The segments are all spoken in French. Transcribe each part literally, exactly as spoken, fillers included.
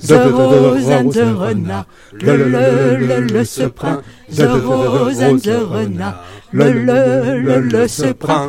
The rose and the renard, le le le le se prend. The rose and the renard, le le le le se prend.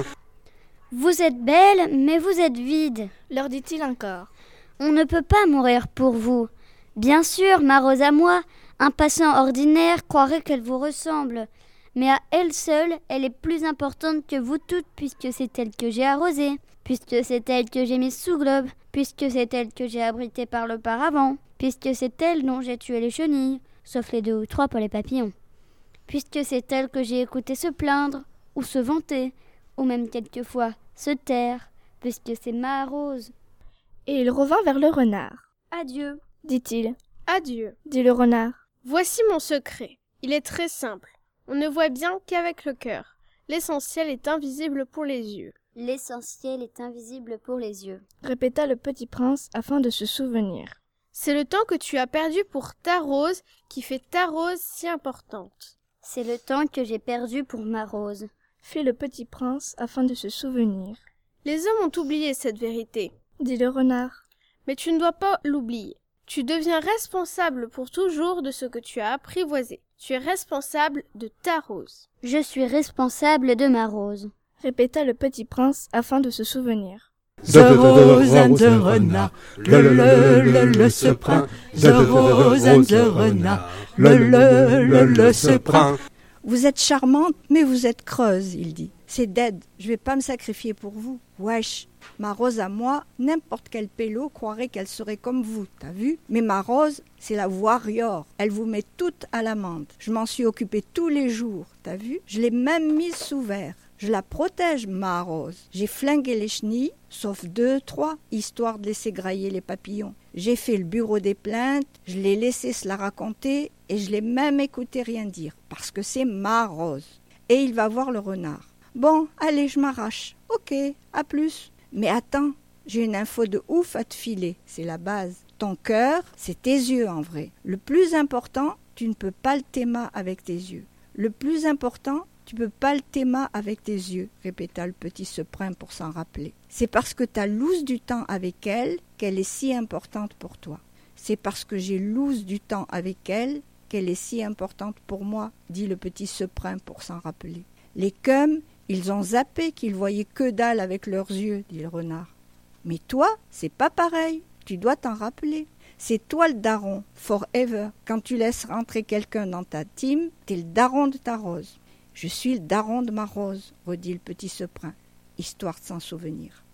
Vous êtes belle, mais vous êtes vide, leur dit-il encore. On ne peut pas mourir pour vous. Bien sûr, ma rose à moi, un passant ordinaire croirait qu'elle vous ressemble. Mais à elle seule, elle est plus importante que vous toutes, puisque c'est elle que j'ai arrosée, puisque c'est elle que j'ai mise sous globe, puisque c'est elle que j'ai abritée par le paravent, puisque c'est elle dont j'ai tué les chenilles, sauf les deux ou trois pour les papillons, puisque c'est elle que j'ai écouté se plaindre, ou se vanter, ou même quelquefois se taire, puisque c'est ma rose. Et il revint vers le renard. Adieu, dit-il. Adieu, dit le renard. Voici mon secret. Il est très simple. On ne voit bien qu'avec le cœur. L'essentiel est invisible pour les yeux. L'essentiel est invisible pour les yeux, répéta le petit prince afin de se souvenir. C'est le temps que tu as perdu pour ta rose qui fait ta rose si importante. C'est le temps que j'ai perdu pour ma rose, fit le petit prince afin de se souvenir. Les hommes ont oublié cette vérité, dit le renard. Mais tu ne dois pas l'oublier. Tu deviens responsable pour toujours de ce que tu as apprivoisé. Tu es responsable de ta rose. Je suis responsable de ma rose, répéta le petit prince afin de se souvenir. The rose and the renard, le le le le se prend. The rose and the renard, le le le le se prend. Vous êtes charmante, mais vous êtes creuse, il dit. C'est dead, je vais pas me sacrifier pour vous. Wesh, ma rose à moi, n'importe quel pélo croirait qu'elle serait comme vous, t'as vu? Mais ma rose, c'est la warrior, elle vous met toute à l'amende. Je m'en suis occupée tous les jours, t'as vu? Je l'ai même mise sous verre. Je la protège, ma rose. J'ai flingué les chenilles, sauf deux, trois, histoire de laisser grailler les papillons. J'ai fait le bureau des plaintes, je l'ai laissé se la raconter et je l'ai même écouté rien dire, parce que c'est ma rose. Et il va voir le renard. Bon, allez, je m'arrache. Ok, à plus. Mais attends, j'ai une info de ouf à te filer, c'est la base. Ton cœur, c'est tes yeux en vrai. Le plus important, tu ne peux pas le téma avec tes yeux. Le plus important, tu peux pas le téma avec tes yeux, répéta le petit seprin pour s'en rappeler. C'est parce que t'as loose du temps avec elle qu'elle est si importante pour toi. C'est parce que j'ai loose du temps avec elle qu'elle est si importante pour moi, dit le petit seprin pour s'en rappeler. Les cums, ils ont zappé qu'ils voyaient que dalle avec leurs yeux, dit le renard. Mais toi, c'est pas pareil, tu dois t'en rappeler. C'est toi le daron, forever. Quand tu laisses rentrer quelqu'un dans ta team, t'es le daron de ta rose. Je suis le daron de ma rose, redit le petit seprin, histoire de s'en souvenir.